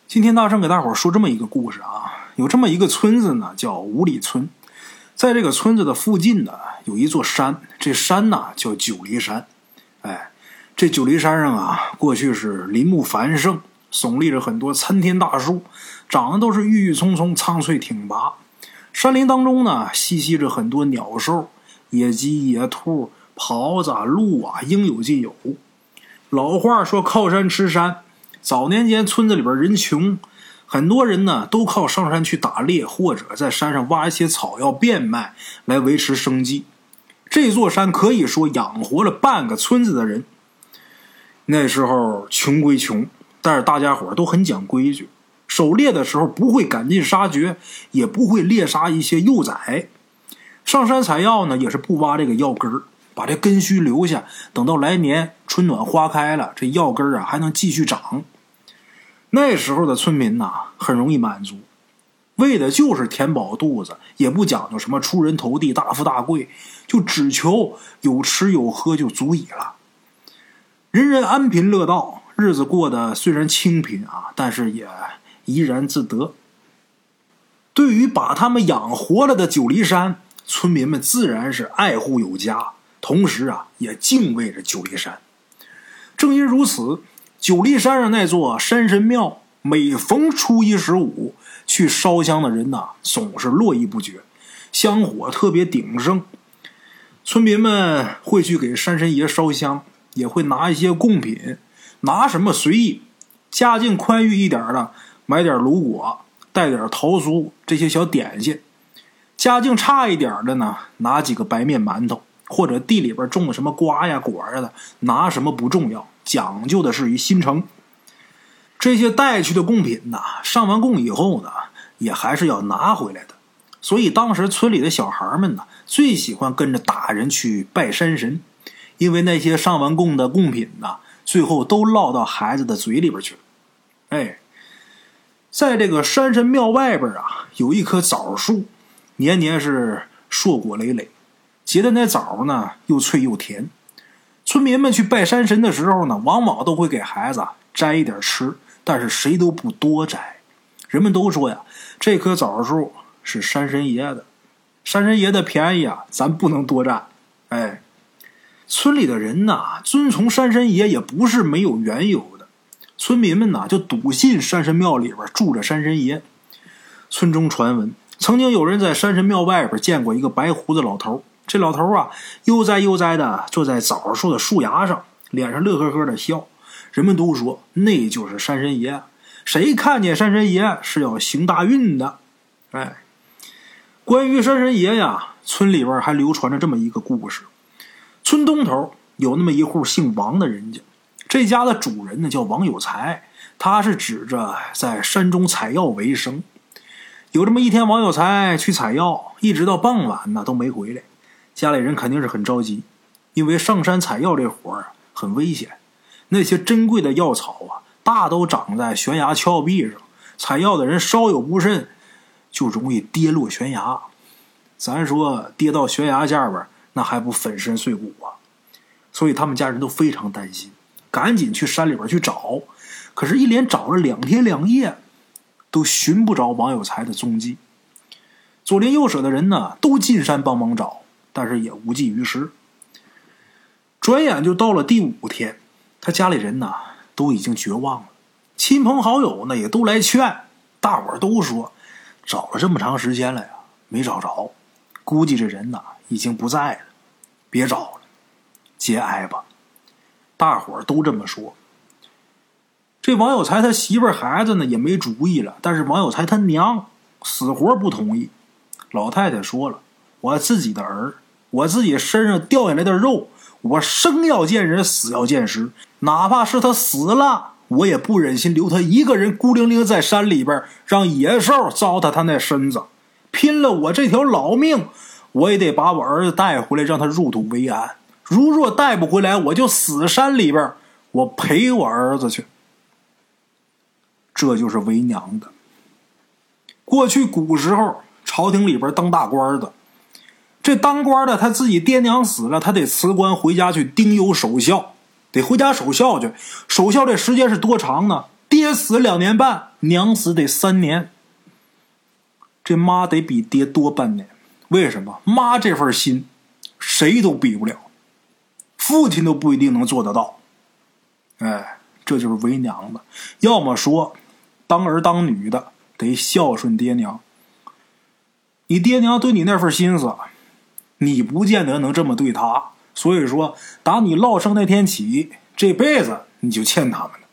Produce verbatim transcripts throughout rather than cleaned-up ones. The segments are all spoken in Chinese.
今天大圣给大伙说这么一个故事啊，有这么一个村子呢，叫五里村。在这个村子的附近呢，有一座山，这山呢叫九黎山。哎，这九黎山上啊，过去是林木繁盛，耸立着很多参天大树，长得都是郁郁葱葱、苍翠挺拔。山林当中呢，栖息着很多鸟兽，野鸡、野兔、狍子、鹿啊，应有尽有。老话说靠山吃山，早年间村子里边人穷，很多人呢都靠上山去打猎，或者在山上挖一些草药变卖来维持生计。这座山可以说养活了半个村子的人。那时候穷归穷，但是大家伙都很讲规矩，狩猎的时候不会赶尽杀绝，也不会猎杀一些幼崽。上山采药呢，也是不挖这个药根儿，把这根须留下，等到来年春暖花开了，这药根啊还能继续长。那时候的村民呐，很容易满足，为的就是填饱肚子，也不讲究什么出人头地、大富大贵，就只求有吃有喝就足矣了。人人安贫乐道，日子过得虽然清贫啊，但是也怡然自得。对于把他们养活了的九黎山，村民们自然是爱护有加，同时啊也敬畏着九黎山。正因如此，九黎山上那座山神庙，每逢初一十五去烧香的人呐，总是络绎不绝，香火特别鼎盛。村民们会去给山神爷烧香，也会拿一些贡品，拿什么随意，家境宽裕一点的买点卤果，带点桃酥这些小点心，家境差一点的呢，拿几个白面馒头，或者地里边种的什么瓜呀果呀的，拿什么不重要，讲究的是一心诚。这些带去的贡品呢，上完供以后呢，也还是要拿回来的。所以当时村里的小孩们呢，最喜欢跟着大人去拜山神，因为那些上完供的贡品呢，最后都落到孩子的嘴里边去了。哎，在这个山神庙外边啊，有一棵枣树，年年是硕果累累，结的那枣呢又脆又甜。村民们去拜山神的时候呢，往往都会给孩子摘一点吃，但是谁都不多摘。人们都说呀，这棵枣树是山神爷的，山神爷的便宜啊，咱不能多占。哎，村里的人呐，遵从山神爷也不是没有缘由的。村民们呐，就笃信山神庙里边住着山神爷。村中传闻，曾经有人在山神庙外边见过一个白胡子老头。这老头啊，悠哉悠哉的坐在枣树的树芽上，脸上乐呵呵的笑。人们都说那就是山神爷，谁看见山神爷是要行大运的。哎，关于山神爷呀，村里边还流传着这么一个故事。村东头有那么一户姓王的人家，这家的主人呢叫王有才，他是指着在山中采药为生。有这么一天，王有才去采药，一直到傍晚呢都没回来。家里人肯定是很着急，因为上山采药这活儿啊很危险，那些珍贵的药草啊，大都长在悬崖峭壁上，采药的人稍有不慎，就容易跌落悬崖。咱说跌到悬崖下边，那还不粉身碎骨啊！所以他们家人都非常担心，赶紧去山里边去找。可是，一连找了两天两夜，都寻不着王有才的踪迹。左邻右舍的人呢，都进山帮忙找，但是也无济于事。转眼就到了第五天，他家里人呢都已经绝望了，亲朋好友呢也都来劝，大伙儿都说找了这么长时间了呀，没找着，估计这人呢已经不在了，别找了，节哀吧。大伙儿都这么说。这王有才他媳妇儿孩子呢也没主意了，但是王有才他娘死活不同意。老太太说了，我自己的儿，我自己身上掉下来的肉，我生要见人，死要见尸，哪怕是他死了，我也不忍心留他一个人孤零零在山里边，让野兽糟蹋他那身子。拼了我这条老命，我也得把我儿子带回来，让他入土为安。如若带不回来，我就死山里边，我陪我儿子去。这就是为娘的。过去古时候，朝廷里边当大官的，这当官的他自己爹娘死了，他得辞官回家去丁忧守孝，得回家守孝去。守孝这时间是多长呢？ 爹死两年半，娘死得三年。这妈得比爹多半年，为什么？妈这份心谁都比不了，父亲都不一定能做得到。哎，这就是为娘的。要么说当儿当女的得孝顺爹娘，你爹娘对你那份心思，你不见得能这么对他。所以说打你落生那天起，这辈子你就欠他们了。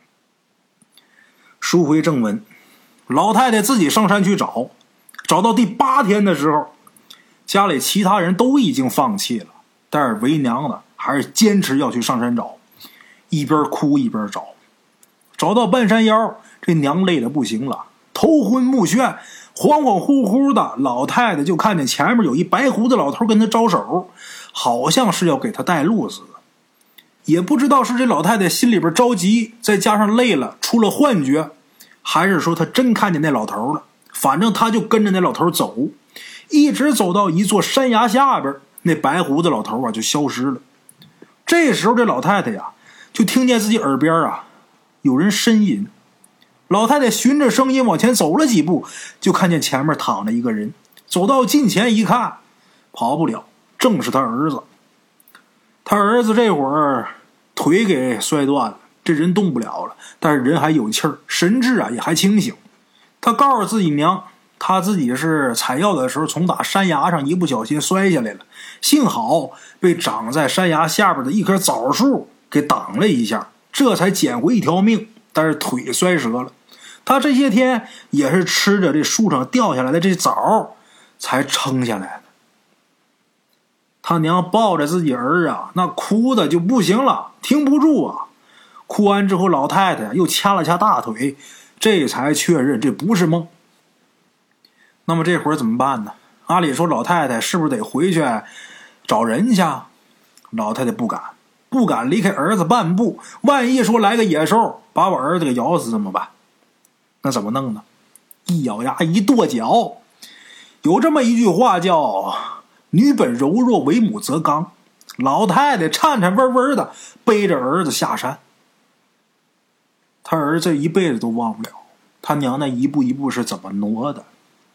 书回正文，老太太自己上山去找，找到第八天的时候，家里其他人都已经放弃了，但是为娘的还是坚持要去上山找，一边哭一边找。找到半山腰，这娘累得不行了，头昏目眩，恍恍惚惚的，老太太就看见前面有一白胡子老头跟她招手，好像是要给她带路似的。也不知道是这老太太心里边着急，再加上累了出了幻觉，还是说她真看见那老头了。反正她就跟着那老头走，一直走到一座山崖下边，那白胡子老头啊就消失了。这时候这老太太呀就听见自己耳边啊有人呻吟。老太太循着声音往前走了几步，就看见前面躺着一个人。走到近前一看，跑不了，正是他儿子。他儿子这会儿腿给摔断了，这人动不了了，但是人还有气儿，神志啊也还清醒。他告诉自己娘，他自己是采药的时候从打山崖上一不小心摔下来了，幸好被长在山崖下边的一棵枣树给挡了一下，这才捡回一条命，但是腿摔折了。他这些天也是吃着这树上掉下来的这枣才撑下来的。他娘抱着自己儿啊，那哭的就不行了，停不住啊。哭完之后，老太太又掐了掐大腿，这才确认这不是梦。那么这会儿怎么办呢？按理说老太太是不是得回去找人去？老太太不敢，不敢离开儿子半步，万一说来个野兽把我儿子给咬死怎么办？那怎么弄呢？一咬牙一跺脚，有这么一句话叫女本柔弱，为母则刚。老太太颤颤巍巍的背着儿子下山。他儿子一辈子都忘不了他娘那一步一步是怎么挪的。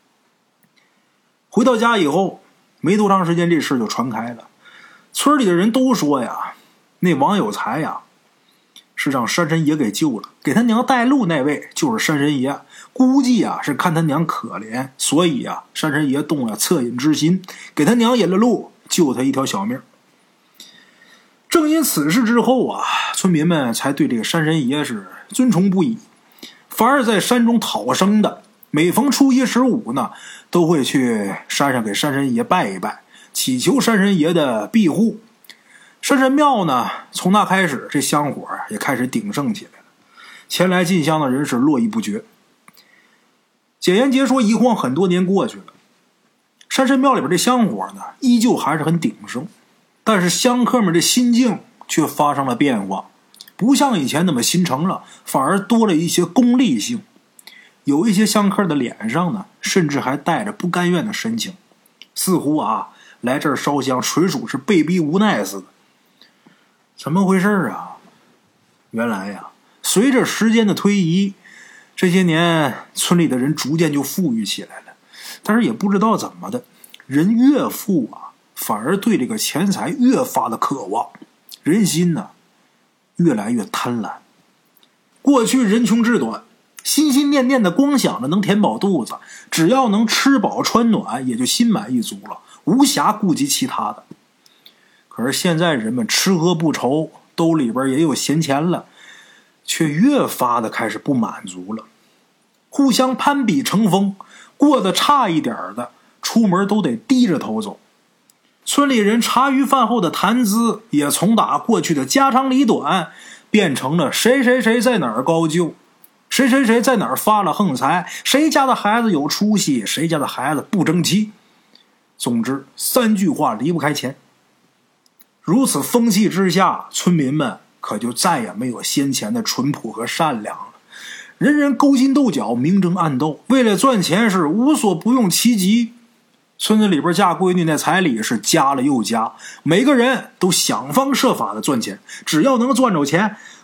回到家以后没多长时间，这事就传开了。村里的人都说呀，那王有才呀是让山神爷给救了，给他娘带路那位就是山神爷。估计啊是看他娘可怜，所以啊山神爷动了恻隐之心，给他娘引了路，救他一条小命。正因此事之后啊，村民们才对这个山神爷是尊崇不已。凡是在山中讨生的，每逢初一十五呢，都会去山上给山神爷拜一拜，祈求山神爷的庇护。山神庙呢，从那开始，这香火也开始鼎盛起来了，前来进香的人是络绎不绝。简言结说，一晃很多年过去了，山神庙里边这香火呢，依旧还是很鼎盛，但是香客们这心境却发生了变化，不像以前那么心诚了，反而多了一些功利性。有一些香客的脸上呢，甚至还带着不甘愿的神情，似乎啊来这儿烧香纯属是被逼无奈似的。怎么回事啊？原来呀，随着时间的推移，这些年村里的人逐渐就富裕起来了，但是也不知道怎么的，人越富啊，反而对这个钱财越发的渴望，人心呢越来越贪婪。过去人穷志短，心心念念的光想着能填饱肚子，只要能吃饱穿暖，也就心满意足了，无暇顾及其他的。可是现在人们吃喝不愁，兜里边也有闲钱了，却越发的开始不满足了，互相攀比成风，过得差一点的出门都得低着头走。村里人茶余饭后的谈资也从打过去的家长里短变成了谁谁谁在哪儿高就，谁谁谁在哪儿发了横财，谁家的孩子有出息，谁家的孩子不争气。总之三句话离不开钱。如此风气之下，村民们可就再也没有先前的淳朴和善良了，人人勾心斗角，明争暗斗，为了赚钱是无所不用其极。村子里边嫁闺女那彩礼是加了又加，每个人都想方设法的赚钱，只要能赚着钱，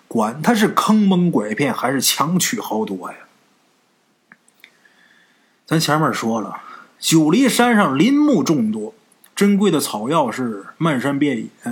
管他是坑蒙拐骗还是强取豪夺呀。咱前面说了，九黎山上林木众多，珍贵的草药是漫山遍野。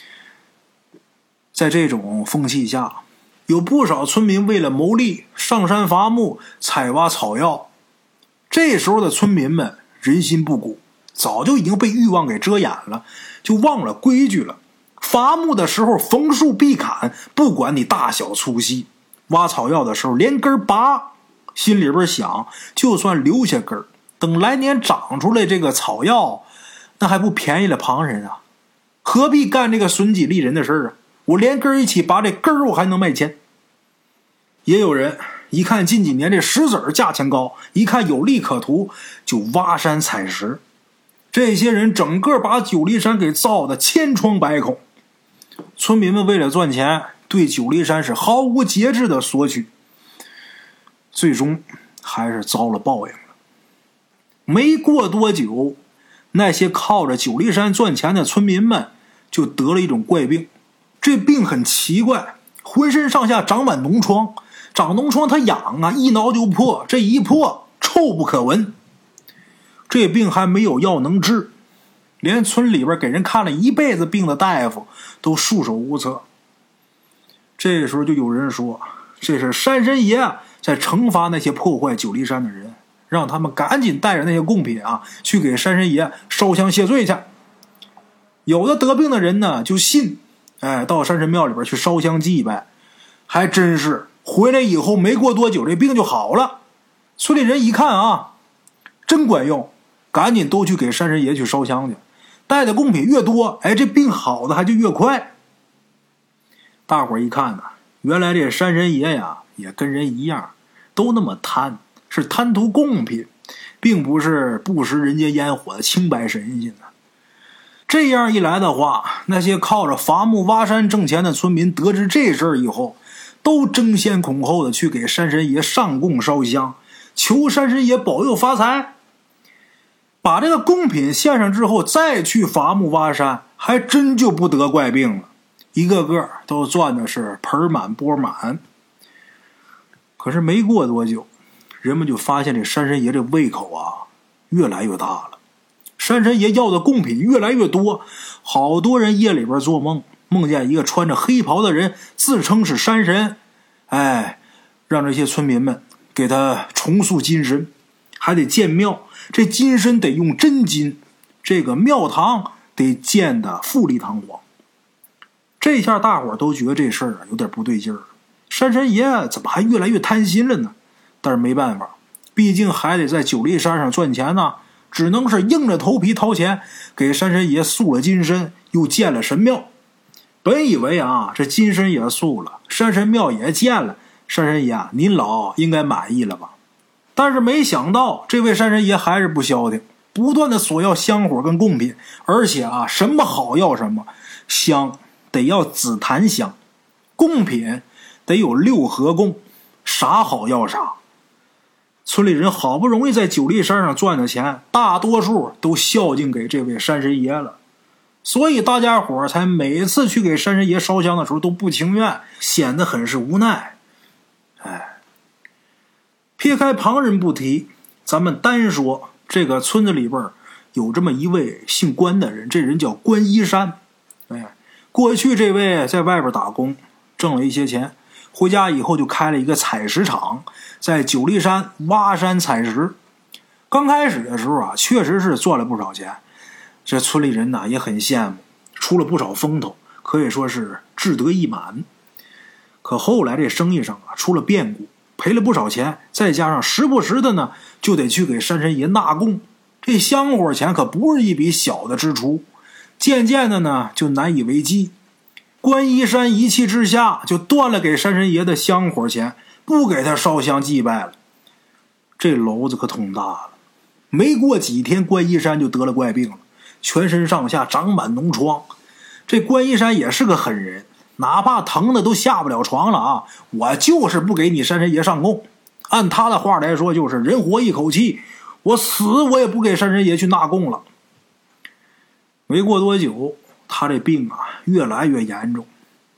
在这种风气下，有不少村民为了牟利上山伐木采挖草药。这时候的村民们人心不古，早就已经被欲望给遮掩了，就忘了规矩了。伐木的时候逢树必砍，不管你大小粗细。挖草药的时候连根拔，心里边想，就算留下根，等来年长出来这个草药，那还不便宜了旁人啊？何必干这个损己利人的事儿啊？我连根一起拔，这根儿我还能卖钱。也有人一看近几年这石子儿价钱高，一看有利可图，就挖山采石。这些人整个把九黎山给造的千疮百孔。村民们为了赚钱，对九黎山是毫无节制的索取，最终还是遭了报应了。没过多久，那些靠着九黎山赚钱的村民们就得了一种怪病。这病很奇怪，浑身上下长满脓疮，长脓疮它痒啊，一挠就破，这一破臭不可闻。这病还没有药能治，连村里边给人看了一辈子病的大夫都束手无策。这时候就有人说，这是山神爷在惩罚那些破坏九黎山的人，让他们赶紧带着那些贡品啊，去给山神爷烧香谢罪去。有的得病的人呢就信，哎，到山神庙里边去烧香祭拜，还真是回来以后没过多久这病就好了。村里人一看啊，真管用，赶紧都去给山神爷去烧香去，带的贡品越多，哎，这病好的还就越快。大伙儿一看呢，原来这山神爷呀也跟人一样，都那么贪，是贪图贡品，并不是不食人间烟火的清白神仙呢。这样一来的话，那些靠着伐木挖山挣钱的村民得知这事儿以后，都争先恐后的去给山神爷上供烧香，求山神爷保佑发财。把这个贡品献上之后，再去伐木挖山，还真就不得怪病了，一个个都赚的是盆满钵满。可是没过多久，人们就发现这山神爷这胃口啊越来越大了，山神爷要的贡品越来越多，好多人夜里边做梦，梦见一个穿着黑袍的人自称是山神，哎，让这些村民们给他重塑金身，还得建庙，这金身得用真金，这个庙堂得建得富丽堂皇。这下大伙儿都觉得这事儿啊有点不对劲儿，山神爷怎么还越来越贪心了呢？但是没办法，毕竟还得在九黎山上赚钱呢，只能是硬着头皮掏钱，给山神爷塑了金身，又建了神庙。本以为啊，这金身也塑了，山神庙也建了，山神爷啊，您老应该满意了吧？但是没想到，这位山神爷还是不消停，不断的索要香火跟贡品，而且啊，什么好要什么，香得要紫檀香，贡品得有六合贡，啥好要啥。村里人好不容易在九黎山上赚的钱，大多数都孝敬给这位山神爷了，所以大家伙才每次去给山神爷烧香的时候都不情愿，显得很是无奈。哎，撇开旁人不提，咱们单说这个村子里边有这么一位姓关的人，这人叫关一山。哎，过去这位在外边打工，挣了一些钱，回家以后就开了一个采石场，在九黎山挖山采石。刚开始的时候啊，确实是赚了不少钱，这村里人呢也很羡慕，出了不少风头，可以说是志得意满。可后来这生意上啊出了变故，赔了不少钱，再加上时不时的呢就得去给山神爷纳贡，这香火钱可不是一笔小的支出，渐渐的呢就难以为继。关一山一气之下就断了给山神爷的香火钱，不给他烧香祭拜了。这篓子可捅大了，没过几天关一山就得了怪病了，全身上下长满脓疮。这关一山也是个狠人，哪怕疼的都下不了床了啊，我就是不给你山神爷上供。按他的话来说，就是人活一口气，我死我也不给山神爷去纳贡了。没过多久，他这病啊越来越严重，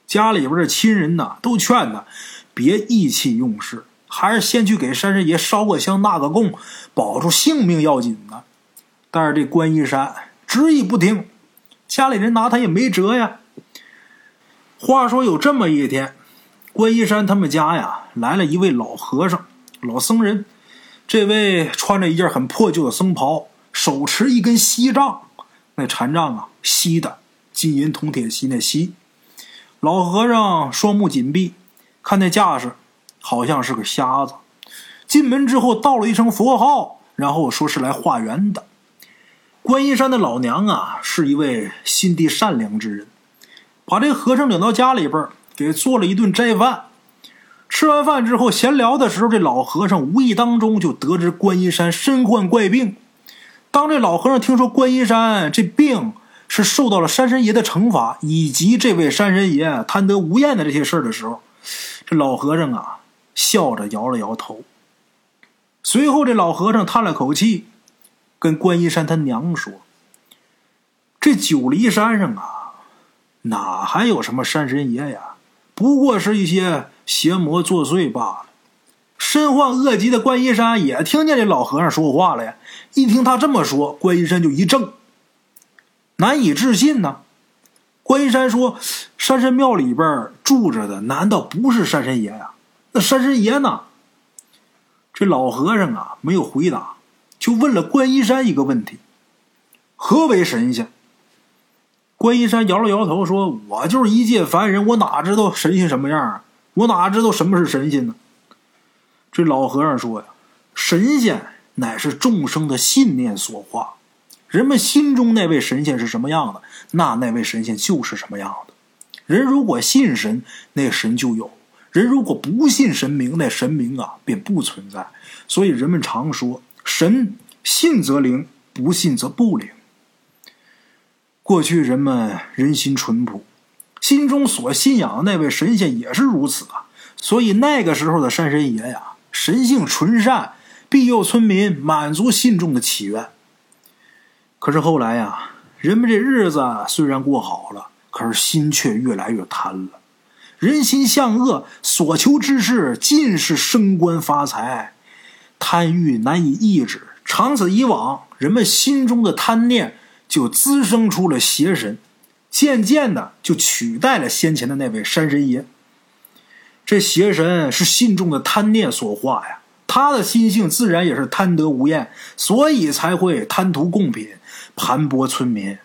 家里边的亲人呐都劝他别意气用事，还是先去给山神爷烧个香纳个供，保住性命要紧呢。但是这关一山执意不听，家里人拿他也没辙呀。话说有这么一天，关一山他们家呀来了一位老和尚，老僧人。这位穿着一件很破旧的僧袍，手持一根锡杖，那禅杖啊，锡的金银铜铁锡那锡。老和尚双目紧闭，看那架势好像是个瞎子。进门之后道了一声佛号，然后说是来化缘的。观音山的老娘啊是一位心地善良之人，把这和尚领到家里边给做了一顿斋饭。吃完饭之后闲聊的时候，这老和尚无意当中就得知观音山身患怪病。当这老和尚听说观音山这病是受到了山神爷的惩罚，以及这位山神爷贪得无厌的这些事的时候，这老和尚啊笑着摇了摇头。随后这老和尚叹了口气，跟观音山他娘说，这九黎山上啊哪还有什么山神爷呀，不过是一些邪魔作祟罢了。身患恶疾的观音山也听见这老和尚说话了呀，一听他这么说，观音山就一怔，难以置信呢。观音山说，山神庙里边住着的难道不是山神爷呀？那山神爷呢？这老和尚啊没有回答，就问了观音山一个问题，何为神仙？观音山摇了摇头说，我就是一介凡人，我哪知道神仙什么样啊？我哪知道什么是神仙呢？这老和尚说呀，神仙乃是众生的信念所化，人们心中那位神仙是什么样的，那那位神仙就是什么样的。人如果信神，那神就有；人如果不信神明，那神明啊便不存在。所以人们常说，神信则灵，不信则不灵。过去人们人心淳朴，心中所信仰的那位神仙也是如此啊。所以那个时候的山神爷呀，神性纯善，庇佑村民，满足信众的祈愿。可是后来呀，人们这日子虽然过好了，可是心却越来越贪了。人心向恶，所求之事尽是升官发财，贪欲难以抑制。长此以往，人们心中的贪念就滋生出了邪神，渐渐的就取代了先前的那位山神爷。这邪神是信众的贪念所化呀，他的心性自然也是贪得无厌，所以才会贪图贡品，盘剥村民。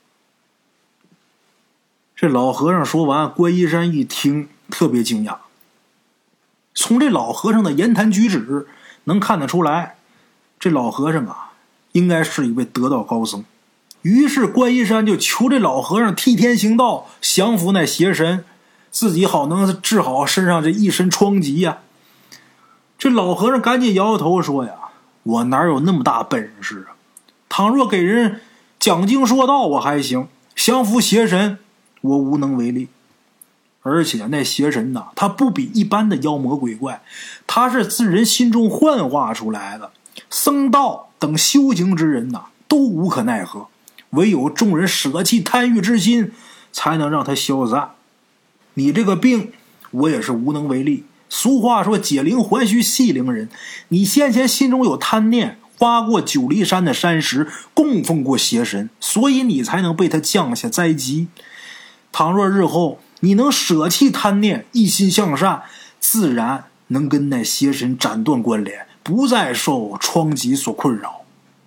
这老和尚说完，观音山一听特别惊讶。从这老和尚的言谈举止能看得出来，这老和尚啊应该是一位得道高僧。于是观音山就求这老和尚替天行道，降服那邪神，自己好能治好身上这一身疮疾呀。这老和尚赶紧摇摇头说呀，我哪有那么大本事啊？倘若给人讲经说道我还行，降服邪神我无能为力。而且那邪神呐，他不比一般的妖魔鬼怪，他是自人心中幻化出来的，僧道等修行之人呐都无可奈何，唯有众人舍弃贪欲之心，才能让他消散。你这个病我也是无能为力。俗话说解铃还须系铃人，你先前心中有贪念，花过九黎山的山石，供奉过邪神，所以你才能被他降下灾疾。倘若日后你能舍弃贪念，一心向善，自然能跟那邪神斩断关联，不再受疮疾所困扰。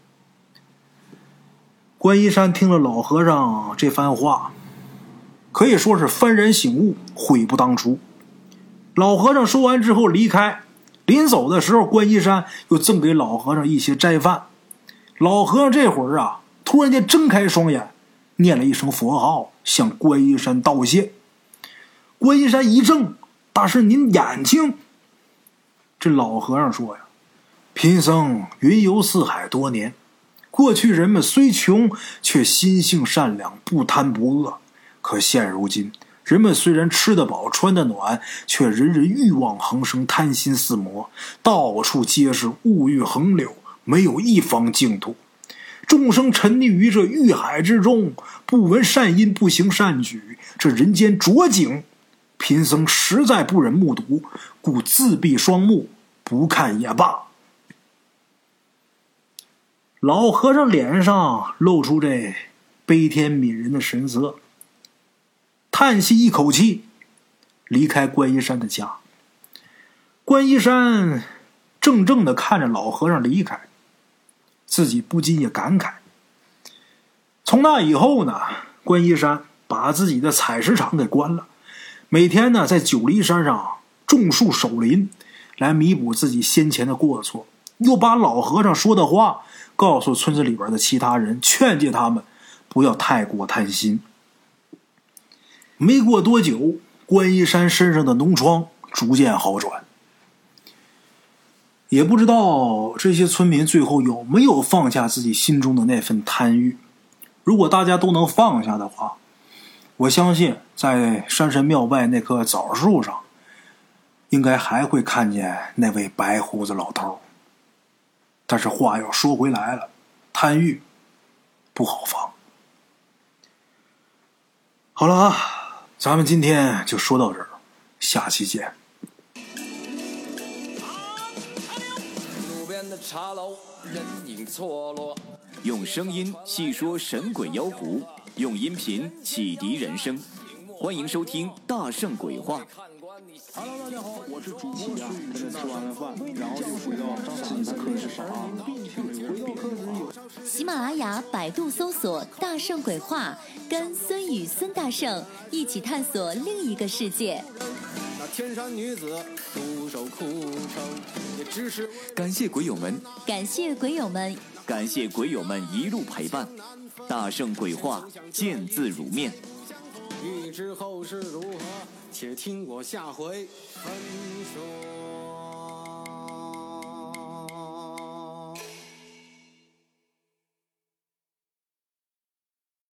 观音山听了老和尚这番话，可以说是幡然醒悟，悔不当初。老和尚说完之后离开，临走的时候，观音山又赠给老和尚一些斋饭。老和尚这会儿啊，突然间睁开双眼，念了一声佛号，向观音山道谢。观音山一怔，大师您眼睛？这老和尚说呀，贫僧云游四海多年，过去人们虽穷，却心性善良，不贪不恶。可现如今，人们虽然吃得饱穿得暖，却人人欲望横生，贪心似魔，到处皆是物欲横流，没有一方净土。众生沉溺于这欲海之中，不闻善因，不行善举，这人间浊景贫僧实在不忍目睹，故自闭双目，不看也罢。老和尚脸上露出这悲天悯人的神色，叹息一口气，离开观音山的家。观音山怔怔地看着老和尚离开，自己不禁也感慨。从那以后呢，观音山把自己的采石场给关了，每天呢在九黎山上种树守林，来弥补自己先前的过错，又把老和尚说的话告诉村子里边的其他人，劝诫他们不要太过贪心。没过多久，观音山身上的脓疮逐渐好转。也不知道这些村民最后有没有放下自己心中的那份贪欲。如果大家都能放下的话，我相信在山神庙外那棵枣树上，应该还会看见那位白胡子老头。但是话又说回来了，贪欲不好放。好了啊，咱们今天就说到这儿，下期见。 路边的茶楼，人影错落，用声音细说神鬼妖狐，用音频启迪人生。欢迎收听《大圣鬼话》。 Hello， 大家好，我是主播呀。跟着吃完了饭，然后又回到自己的课室上啊。回到课室有。 喜马拉雅、百度搜索“大圣鬼话”，跟孙宇、孙大圣一起探索另一个世界。 那天山女子独守空城，也只是感谢鬼友们， 感谢鬼友们， 感谢鬼友们一路陪伴。大圣鬼话，见字如面。 欲知后事如何，且听我下回分说。